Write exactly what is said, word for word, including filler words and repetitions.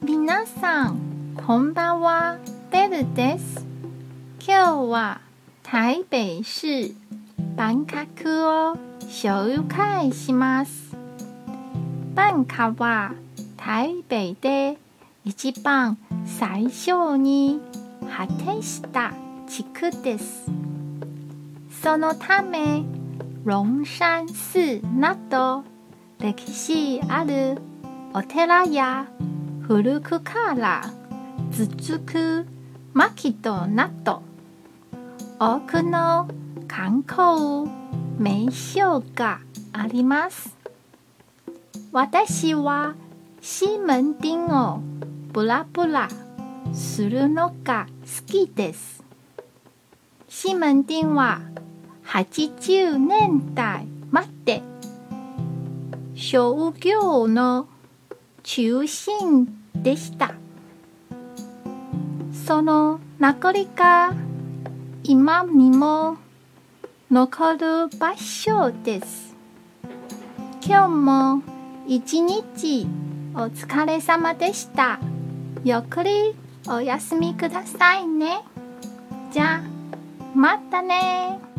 皆さん、こんばんは。ベルです。今日は台北市万博を紹介します。万博は台北で一番最初に発展した地区です。そのため、龍山寺など歴史あるお寺や古くから続く牧戸など多くの観光名所があります。私は西門町をブラブラするのが好きです。西門町ははちじゅうねんだいまで商業の中心でした。その名残が今にも残る場所です。今日も一日お疲れ様でした。ゆっくりお休みくださいね。じゃあ、またね。